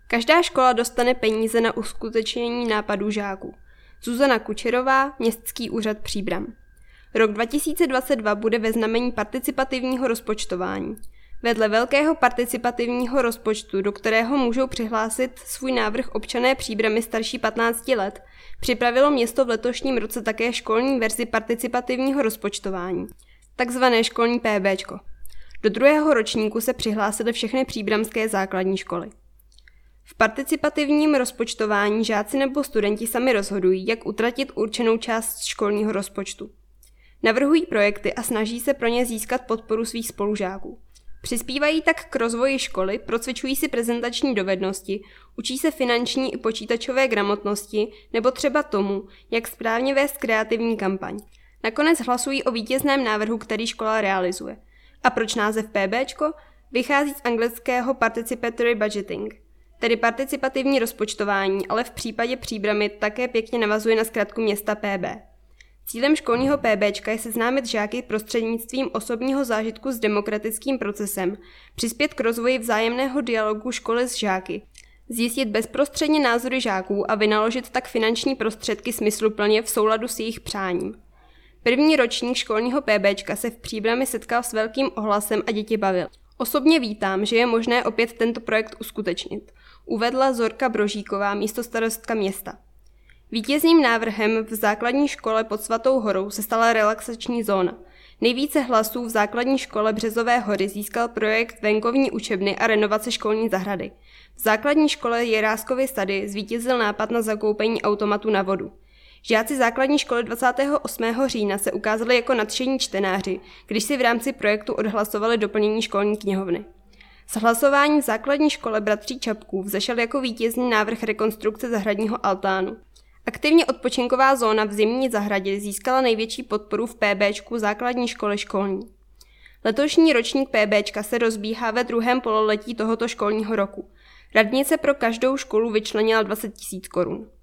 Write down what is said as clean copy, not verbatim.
Každá škola dostane peníze na uskutečnění nápadů žáků. Zuzana Kučerová, Městský úřad Příbram. Rok 2022 bude ve znamení participativního rozpočtování. Vedle velkého participativního rozpočtu, do kterého můžou přihlásit svůj návrh občané Příbramy starší 15 let, připravilo město v letošním roce také školní verzi participativního rozpočtování, takzvané školní PBčko. Do druhého ročníku se přihlásily všechny příbramské základní školy. V participativním rozpočtování žáci nebo studenti sami rozhodují, jak utratit určenou část školního rozpočtu. Navrhují projekty a snaží se pro ně získat podporu svých spolužáků. Přispívají tak k rozvoji školy, procvičují si prezentační dovednosti, učí se finanční i počítačové gramotnosti nebo třeba tomu, jak správně vést kreativní kampaň. Nakonec hlasují o vítězném návrhu, který škola realizuje. A proč název PBčko? Vychází z anglického Participatory Budgeting, tedy participativní rozpočtování, ale v případě Příbramy také pěkně navazuje na zkratku města PB. Cílem školního PBčka je seznámit žáky prostřednictvím osobního zážitku s demokratickým procesem, přispět k rozvoji vzájemného dialogu školy s žáky, zjistit bezprostředně názory žáků a vynaložit tak finanční prostředky smysluplně v souladu s jejich přáním. První ročník školního PBčka se v Příbrami setkal s velkým ohlasem a děti bavil. Osobně vítám, že je možné opět tento projekt uskutečnit, uvedla Zorka Brožíková, místostarostka města. Vítězným návrhem v základní škole pod Svatou horou se stala relaxační zóna. Nejvíce hlasů v základní škole Březové hory získal projekt venkovní učebny a renovace školní zahrady. V základní škole Jiráskovy sady zvítězil nápad na zakoupení automatu na vodu. Žáci základní školy 28. října se ukázali jako nadšení čtenáři, když si v rámci projektu odhlasovali doplnění školní knihovny. Z hlasování v základní škole Bratří Čapků vzešel jako vítězný návrh rekonstrukce zahradního altánu. Aktivně odpočinková zóna v zimní zahradě získala největší podporu v PBčku základní školy školní. Letošní ročník PBčka se rozbíhá ve druhém pololetí tohoto školního roku. Radnice pro každou školu vyčlenila 20 000 korun.